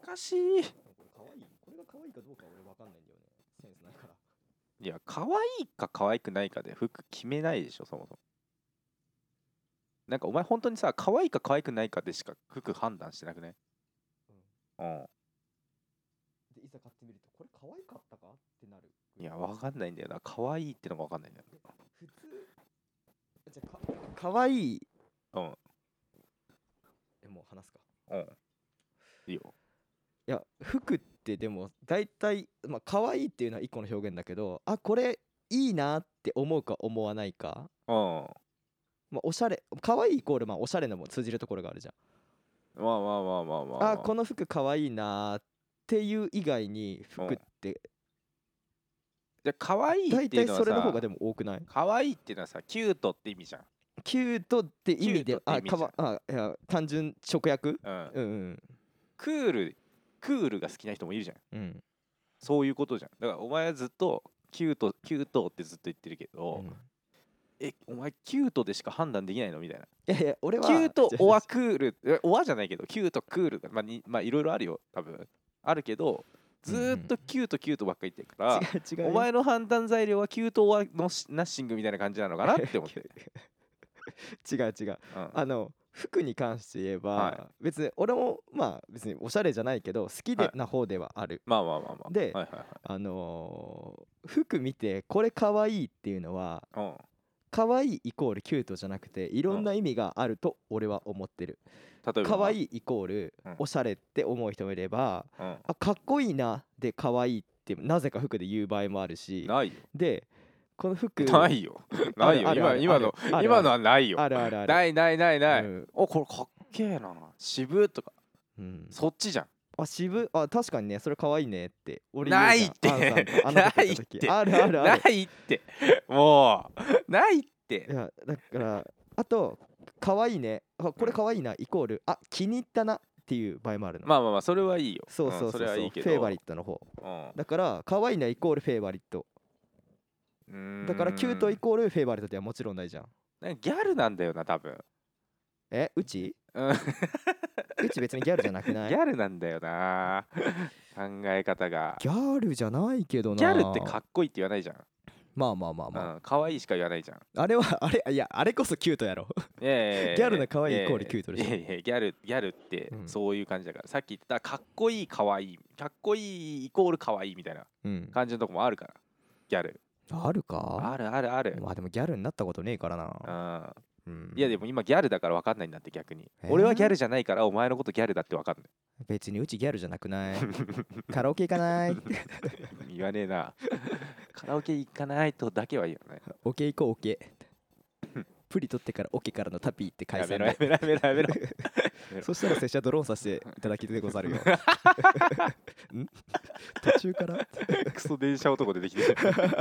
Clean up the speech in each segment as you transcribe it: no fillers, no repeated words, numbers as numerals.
かしい。 これが可愛いかどうか俺分かんないんだよね。センスないから。 いや、可愛いか可愛くないかで服決めないでしょ、そもそも。なんかお前本当にさ、可愛いか可愛くないかでしか服判断してなくね。うん。 で、いざ買ってみると、これ可愛かったかってなる。 いや、わかんないんだよな。可愛いってのがわかんないんだよ普通、じゃあ可愛い。 な。 もう話すか。 うん。うん。いいよ。 いや、服ってでも大体、まあ可愛いっていうのは一個の表現だけど、あ、これいいなって思うか思わないか。 うん。 まあ、おしゃれ、可愛いイコールまあおしゃれのも通じるところがあるじゃん。 まあまあまあまあまああ、 まこの服可愛いなっていう以外にあ。うん。 服ってじゃあ可愛いっ大ていうのは体それの方がさ、 でも多くない？ 可愛いっていうのはさ、キュートって意味じゃん。 キュートって意味で、 キュートって意味じゃん。 いや、単純直訳。 うん。 うんうんクールが好きな人もいるじゃん。 うんそういうことじゃん。だからお前はずっとキュート、キュートってずっと言ってるけうど、 ん。 お前キュートでしか判断できないのみたいな。 いやいや、俺はキュート、オア違クール、オアじゃないけど、キュート、クールが、まあいろいろあるよ、多分。あるけど、ずーっとキュート、キュートばっかり言ってるから、 うよ。 お前の判断材料はキュート、オアのナッシングみたいな感じなのかなって思ってる。 違う違う。 うん。 服に関して言えば、 は別に俺もまあ別におしゃれじゃないけど好きはいな方ではある。 まあまあまあまあ。 で、 はいはい服見てこれ可愛いっていうのは、 はい。 可愛いイコールキュートじゃなくていろんな意味があると俺は思ってる。 例えば、 可愛いイコールうんおしゃれって思う人もいれば、 うんあ、かっこいいなで可愛いってなぜか服で言う場合もあるし、 ないよ。 でこの服ないよ。ないよ。 あるある今の、 ある今のはないよ。 あるあるある。 ないないないない。 うんお、これかっけえな。渋とか、 うんそっちじゃん。 確かにね、それ可愛いねって俺言うじゃん。 ないってアンさんとあの時行った時ないってあるあるあなる。 いって。もう、ないってい。やだからあと可愛いね、これ可愛いなイコール気に入ったなっていう場合もあるの。 まあまあまあ、それはいいよ。 そうそうそそうそう、 れはいいけど。 フェイバリットの方うんだから、可愛いなイコールフェイバリットだから、キュートイコールフェイバリットではもちろんないじゃん。 なんかギャルなんだよな、多分。 うちうんうち別にギャルじゃなくない？ ギャルなんだよな。考え方が。 ギャルじゃないけどな。 ギャルってかっこいいって言わないじゃん。 まあまあまあまあ、 可愛いしか言わないじゃん。 あれはいや、あれこそキュートやろ。 いやいやいやギャルの可愛いイコールキュートでしょ。 いやいやギャルってうんそういう感じだから、さっき言ったかっこいい可愛いかっこいいイコール可愛いみたいなうん、 感じのとこもあるからギャルあるか？ あるあるある。 まあでもギャルになったことねえからな。 いやでも今ギャルだから分かんないんだって逆に、 えー俺はギャルじゃないからお前のことギャルだって分かんない別にうちギャルじゃなくない？カラオケ行かない言わねえな。カラオケ行かないとだけは言うよね。 オケ行こうオケプリ取ってからオケからのタピーって解やめ散でろやめろやめろやめろそしたら拙者ドローンさせていただきでござるよん途中からクソ電車男出てきてる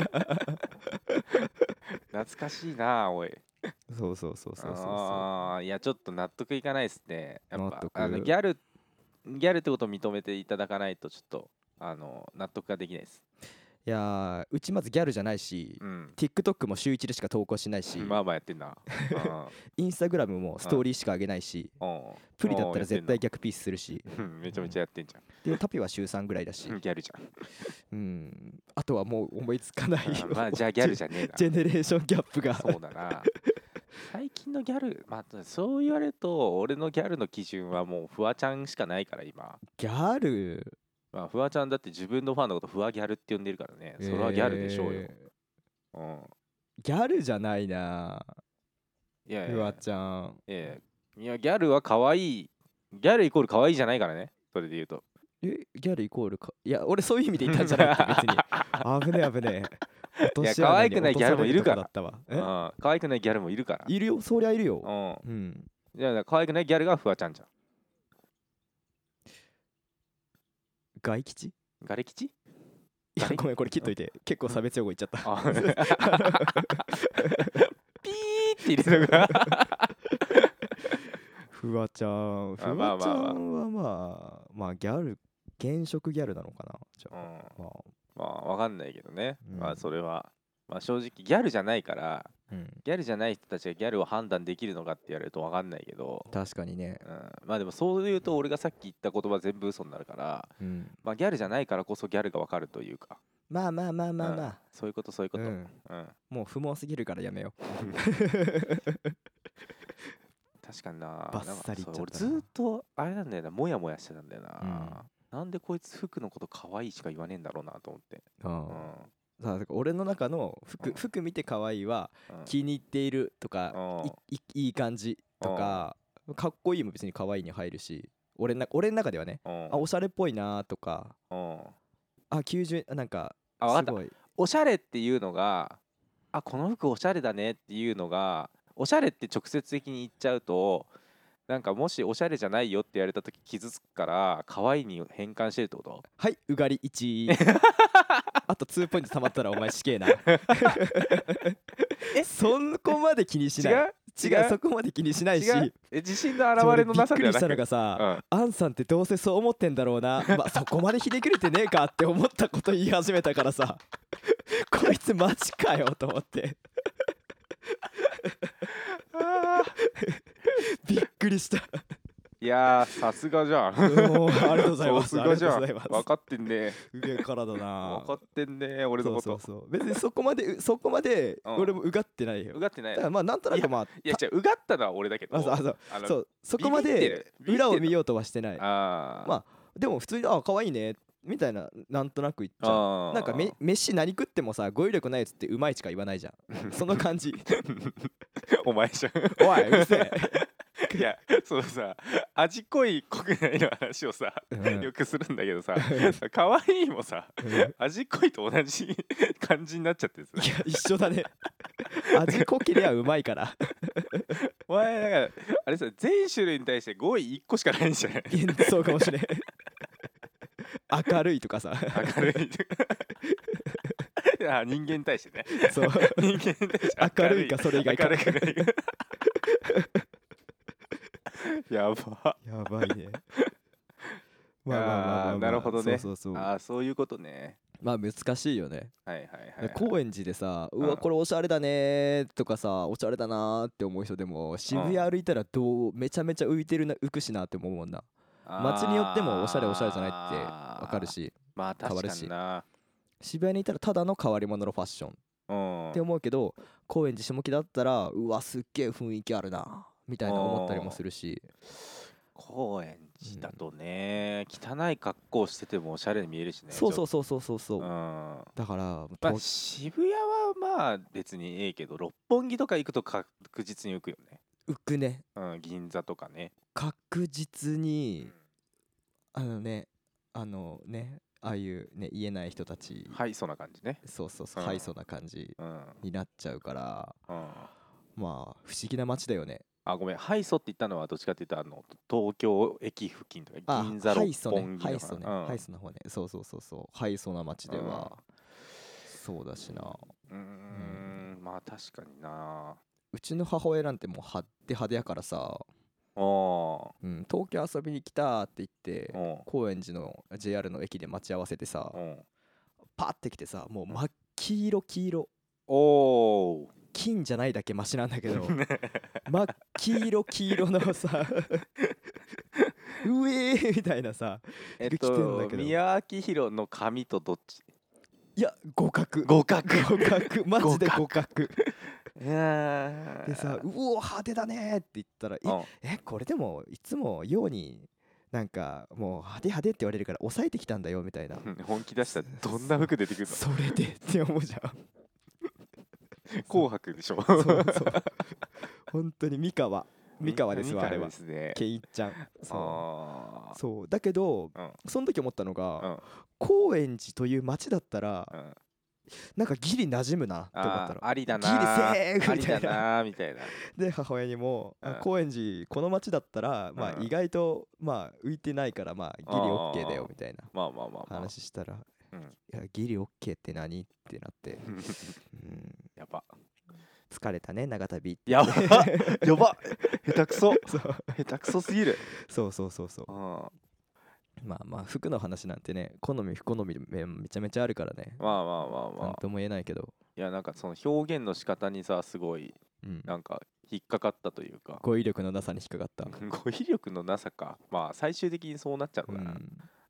懐かしいなおい。 そうそうそうそうそうそああ、いやちょっと納得いかないですね。やっぱ納得ギャルってことを認めていただかないとちょっと納得ができないです。 う。いやー、うちまずギャルじゃないし、 うん。 TikTok も週1でしか投稿しないし、 まあまあやってんな。 インスタグラムもストーリーしか上げないし、 うん。 プリだったら絶対や逆ピースするし、 ってんなめちゃめちゃやってんじでタピは週3ぐらいだしゃん。ギャルじゃん。 あとはもう思いつかないよまあじゃあギャルじゃねえな。 ジェネレーションギャップがそうだな。最近のギャル、まあそう言われると俺のギャルの基準はもうフワちゃんしかないから今。 ギャルまあフワちゃんだって自分のファンのことフワギャルって呼んでるからね。それはギャルでしょうよ。 ギャルじゃないな。 いやいやフワちゃんいやギャルは可愛い。ギャルイコール可愛いじゃないからね。それで言うと。 ギャルイコールか、いや俺そういう意味で言ったんじゃないって別に危ねえ危ねえいや可愛くないギャルもいるから。可愛くないギャルもいるから。 いるよ、そりゃいるよ。 いや可愛くないギャルがフワちゃんじゃん。 ガイ吉？ ガレ吉？ いやごめん、これ切っといて、結構差別用語言っちゃった。 ピーって入れたのがフワちゃんはまあギャル、現職ギャルなのかな。じゃあまあわかんないけどね。 うんまあそれはまあ正直ギャルじゃないからギャルじゃない人たちがギャルを判断できるのかって言われると分かんないけど、 確かにね。 まあでもそう言うと俺がさっき言った言葉全部嘘になるから、まあギャルじゃないからこそギャルが分かるというか、 まあまあまあまあまあ、 そういうことそういうこと、 もう不毛すぎるからやめよう。 確かにな。 バッサリ言っちゃったな。 俺ずっとあれなんだよな、モヤモヤしてたんだよな。なんでこいつ服のこと可愛いしか言わねえんだろうなと思って。 さあ俺の中の服見て可愛いは気に入っているとかいい感じとかかっこいいも別に可愛いに入るし、俺の中ではね、おしゃれっぽいなとか、90なんかすごいおしゃれっていうのが、この服おしゃれだねっていうのが、おしゃれって直接的に言っちゃうと、なんかもしおしゃれじゃないよって言われた時傷つくから可愛いに変換してるってこと？ はい、うがり1あと2ポイント貯まったらお前死刑なそこまで気にしない。違うそこまで気にしないし、 自信の表れのなさではなく、 びっくりしたのがさ、アンさんってどうせそう思ってんだろうな、まあそこまでひねくれてねえかって思ったこと言い始めたからさこいつマジかよと思ってびっくりした。 いやー、さすがじゃん。 ありがとうございます。 さすがじゃん。分かってんね。 上からだな。 分かってんね、俺のこと。 そう別にそこまで俺もうがってないよ。 うがってない。 だからまあなんとなくまあ、 いや違う、うがったのは俺だけど。 そこまで裏を見ようとはしてない。 まあでも普通に可愛いねみたいな、なんとなく言っちゃう。なんか飯何食ってもさ、語彙力ないやつってうまいしか言わないじゃんその感じお前じゃん。 おいうるせえいや、そうさ、味濃い濃くないの話をさ、よくするんだけどさ、可愛いもさ、味濃いと同じ感じになっちゃってさ。 いや一緒だね味濃けりゃうまいからお前だからあれさ、全種類に対して語彙1個しかないんじゃない？ そうかもしれん明るいとかさ、 明るいとか人間に対してね。 そう人間に対して明るいかそれ以外かやばいね。 まあなるほどね。そういうことね。 まあ難しいよね。 はい。 高円寺でさ、うわこれおしゃれだねとかさ、おしゃれだなって思う人でも渋谷歩いたらめちゃめちゃ浮くしなって思うもんな。街によってもおしゃれじゃないってわかるし、 まあ確かにな。 渋谷にいたらただの変わり者のファッションって思うけど、高円寺下北だったらうわすっげえ雰囲気あるなみたいな思ったりもするし。 高円寺だとね、汚い格好しててもおしゃれに見えるしね。 そう、だから渋谷はまあ別にええけど、六本木とか行くと確実に浮くよね。 浮くね。 銀座とかね、 確実にああいうね言えない人たち、 はいそんな感じね。 そうはいそんな感じになっちゃうから、まあ不思議な街だよね。 ごめん、ハイソって言ったのはどっちかっていうと東京駅付近とか銀座六本木ハイソの方ね。そうハイソな街ではそうだしな。 まあ確かにな。 うちの母親なんてもう派手やからさ、東京遊びに来たって言って高円寺の JR の駅で待ち合わせてさ、パッて来てさ、もう真っ黄色金じゃないだけマシなんだけど真っ黄色のさうえーみたいなさ着てんだけど、 宮脇弘の髪とどっち？ いや互角マジで互角でさ、うお派手だねって言ったら、これでもいつもようになんかもう派手って言われるから抑えてきたんだよみたいな本気出したらどんな服出てくるの？ それでって思うじゃん紅白でしょ。 そう本当に三河ですわ、あれはケイちゃん。そうだけどその時思ったのが、高円寺という街だったらなんかギリ馴染むなって思ったら、 ありだな、 ギリセーフみたいなみたいな。 で母親にも高円寺この街だったらまあ意外とまあ浮いてないからまあギリオッケーだよみたいな話したら、いやギリオッケーって何ってなってやば疲れたね長旅ってやば下手くそすぎる。 そうまあまあ服の話なんてね、好み不好みめちゃめちゃあるからね。 まあまあまあまあ。 なんとも言えないけど。 いやなんかその表現の仕方にさすごいなんか引っかかったというか、 語彙力のなさに引っかかった。 語彙力のなさか。まあ最終的にそうなっちゃうのかな。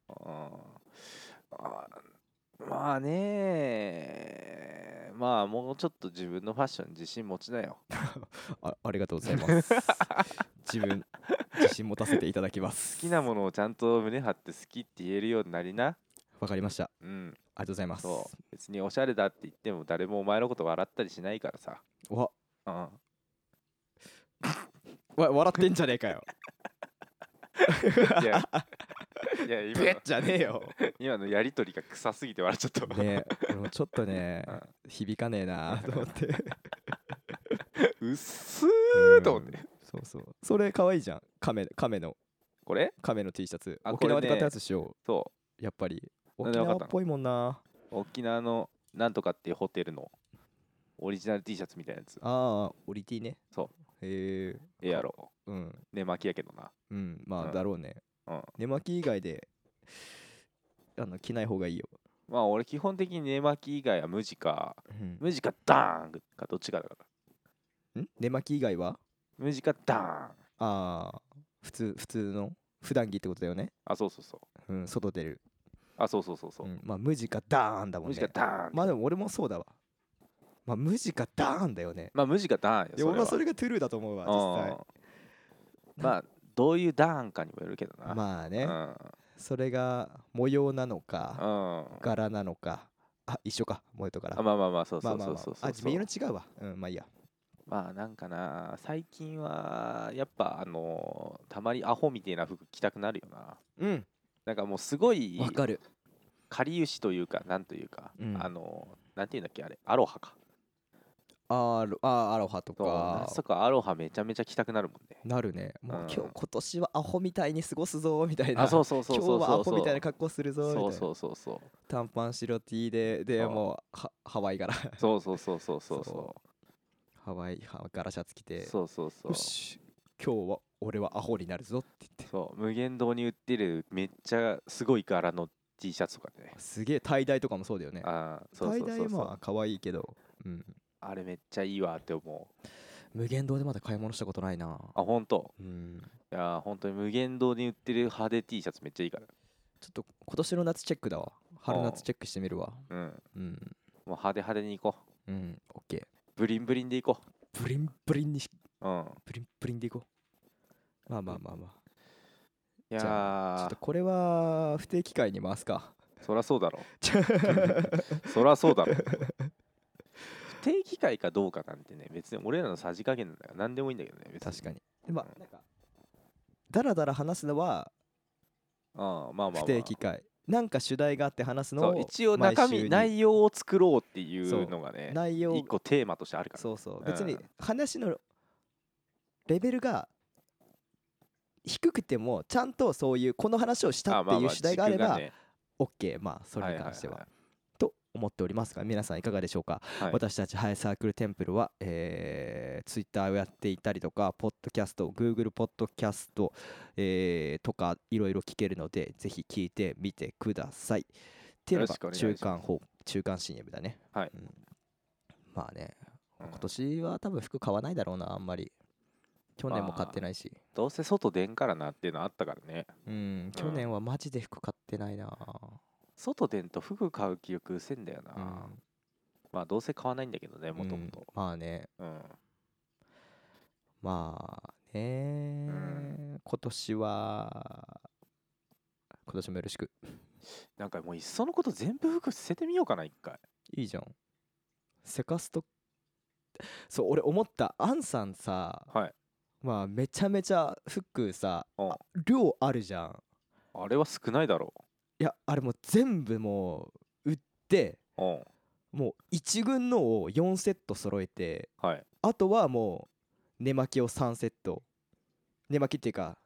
まあね、まあもうちょっと自分のファッションに自信持ちなよ。 ありがとうございます。自信持たせていただきます。 好きなものをちゃんと胸張って好きって言えるようになりな。 わかりました。 うん。 ありがとうございます。 そう。別におしゃれだって言っても誰もお前のこと笑ったりしないからさ。 わ、 うん。 笑ってんじゃねえかよ。 いや、今のじゃねえよ。 今のやりとりが臭すぎて笑っちゃったね。俺もちょっとね、響かねえなと思って。 うっすーと思って。 そうそう。それかわいいじゃん。亀の。 これ亀の T シャツ。 あ、 沖縄で買ったやつしよう。 そう。 やっぱり。沖縄っぽいもんな。 沖縄のなんとかっていうホテルのオリジナル T シャツみたいなやつ。 ああ、オリ T ね。 そう。 へえ。 ええやろ。うん。寝巻きやけどな。 うん、まあだろうね。 うん。 寝巻き以外で着ない方がいいよ。 まあ俺基本的に寝巻き以外は無地か、無地かダーンかどっちかだから。 寝巻き以外は無地かダーン。 ああ、普通の普段着ってことだよね。 あ、そうそうそう。 うん、外出る。 あ、そうそう。 まあ無地かダーンだもんね。 無地かダーン。 まあでも俺もそうだわ。まあ無地かダーンだよね。 まあ無地かダーンよ。 俺はそれがトゥルーだと思うわ、実際。 まあどういうダーンかにもよるけどな。 まあね。それが模様なのか、柄なのか。あ、一緒か、模様と柄。 まあ、そう。 あ、微妙に違うわ。まあいいや。 まあなんかな、最近はやっぱたまにアホみたいな服着たくなるよな。 うん。 なんかもうすごいわかる。 かりゆしというか、なんというか、なんていうんだっけ、あれ、アロハか。 アロハとか。 そっか、アロハめちゃめちゃ着たくなるもんね。 なるね。もう今年はアホみたいに過ごすぞみたいな。 そう。今日はアホみたいな格好するぞみたいな。 そう。 短パン白 T でもうハワイ柄。 そう。 ハワイ柄シャツ着て。 そう。 よし、今日は俺はアホになるぞって言って。 そう、無限堂に売ってるめっちゃすごい柄の T シャツとかね。 すげえ、タイダイとかもそうだよね。 そう。 タイダイは可愛いけど。 あれめっちゃいいわって思う。 無限堂でまだ買い物したことないな。 あ、ほんと。いや、本当に無限堂に売ってる派手 T シャツめっちゃいいから。 ちょっと今年の夏チェックだわ。春夏チェックしてみるわ。 もう派手に行こう。オッケー。 ブリンブリンで行こう。ブリンブリンで行こう。まあ。 いやじゃあちょっとこれは不定期会に回すか。 そらそうだろ。そらそうだろ。不定期会かどうかなんてね、別に俺らのさじ加減なんだよ。何でもいいんだけどね。 確かに。まあなんかだらだら話すのは不定期会。なんか主題があって話すのを一応内容を作ろうっていうのがね、一個テーマとしてあるから。 そう別に話のレベルが低くてもちゃんとそういうこの話をしたっていう主題があれば OK。まあそれに関してはと思っておりますが、皆さんいかがでしょうか。私たちハイサークルテンプルはTwitter をやっていたりとか、ポッドキャスト Google ポッドキャストとかいろいろ聞けるので、ぜひ聞いてみてください。っていうのが中間 CM だね。まあね、今年は多分服買わないだろうな、あんまり。去年も買ってないし、 どうせ外出んからなっていうのあったからね。 去年はマジで服買ってないな。 外出んと服買う気力うせんだよな。まあどうせ買わないんだけどね、もともと。 まあね。まあね、今年もよろしく。 なんかもういっそのこと全部服捨ててみようかな、一回。 いいじゃん。セカスト。そう、俺思った。アンさんさ、まあめちゃめちゃ服さ、量あるじゃん。 あれは少ないだろう。 いや、あれもう全部もう売って、もう1軍のを4セット揃えて、あとはもう寝巻きを3セット。寝巻きっていうか、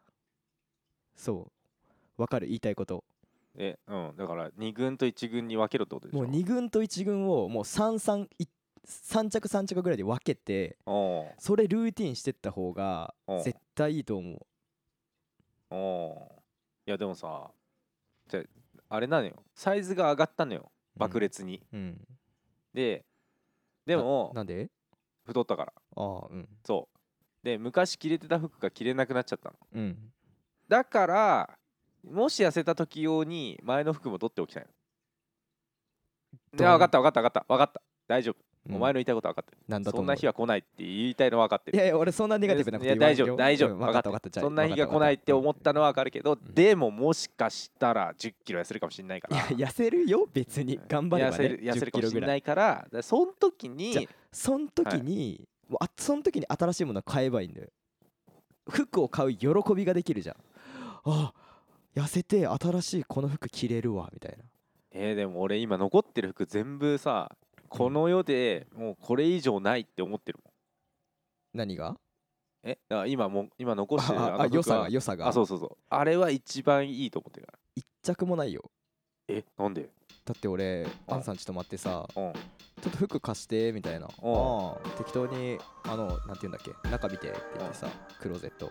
そうわかる、言いたいこと。 だから2軍と1軍に分けろってことでしょ。 もう2軍と1軍をもう3着3着ぐらいで分けて、それルーティンしてった方が絶対いいと思う。 いやでもさ、 あれなのよ、サイズが上がったのよ、爆裂に。でもなんで太ったから。そうで、昔着れてた服が着れなくなっちゃったの。だからもし痩せた時用に前の服も取っておきたいの。分かった大丈夫、お前の言いたいことは分かってる。そんな日は来ないって言いたいのは分かってる。 いや俺そんなネガティブなこと言わないよ。 大丈夫、分かった。そんな日が来ないって思ったのは分かるけど、でももしかしたら10キロ痩せるかもしれないから。 いや痩せるよ別に、頑張ればね。 痩せるかもしれないから、その時にその時に新しいものを買えばいいんだよ。服を買う喜びができるじゃん。痩せて新しいこの服着れるわみたいな。 でも俺今残ってる服全部さ、この世でもうこれ以上ないって思ってるもん。 何が？ だから今残してる良さが。 そうあれは一番いいと思ってるから。 一着もないよ。 なんで？ だって俺アンさんち泊まってさ、ちょっと服貸してみたいな、適当になんて言うんだっけ、中見てって言ってさ、クローゼット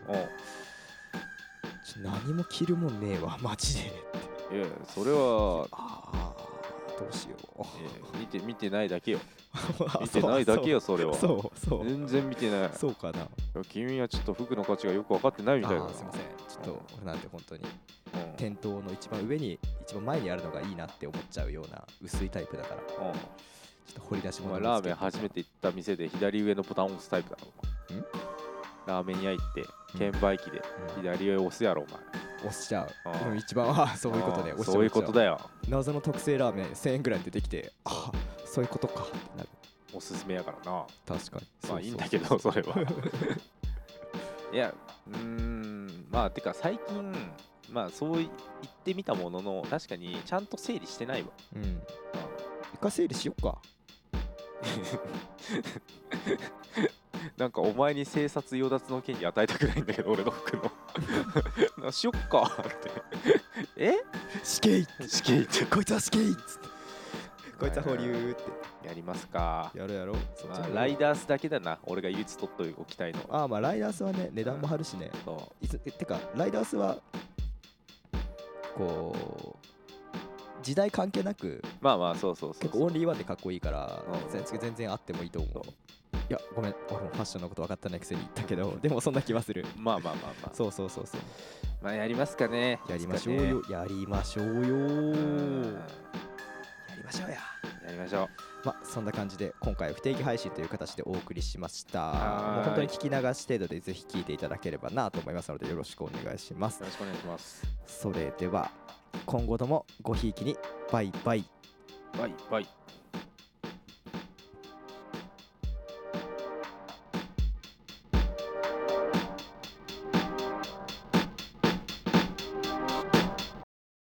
何も着るもんねえわマジで。 それはどうしよう。見てないだけよ。見てないだけよそれは。 そう全然見てない。 そうかな。 君はちょっと服の価値がよく分かってないみたいな。 すいません、ちょっと俺なんて本当に店頭の一番上に一番前にあるのがいいなって思っちゃうような薄いタイプだから、ちょっと掘り出し物。 ラーメン初めて行った店で左上のボタンを押すタイプだろ。ラーメン屋行って券売機で左上押すやろお前。 押しちゃう。一番そういうことね。 そういうことだよ。 謎の特製ラーメン1000円ぐらい出てきて、そういうことかってなる。 おすすめやからな。 確かに。 まあいいんだけどそれは。いやまあてか最近そう言ってみたものの、確かにちゃんと整理してないわ。 一回整理しよっか。 なんかお前に生殺与奪の権利与えたくないんだけど、俺の服のしよっかって死刑ってこいつは死刑っつって、こいつは保留ってやりますか。 やろう。 ライダースだけだな、俺が唯一取っておきたいの。 まあライダースはね、値段も張るしね。てかライダースはこう時代関係なく、 そう結構オンリーワンでかっこいいから、全然あってもいいと思う。いやごめん、俺もファッションのこと分かってないくせに言ったけど、でもそんな気はする。 まあそうやりますかね。 やりましょうよ。やりましょうや。そんな感じで今回不定期配信という形でお送りしました。もう本当に聞き流し程度でぜひ聞いていただければなと思いますので、よろしくお願いします。 よろしくお願いします。 それでは今後ともごひいきにバイバイ。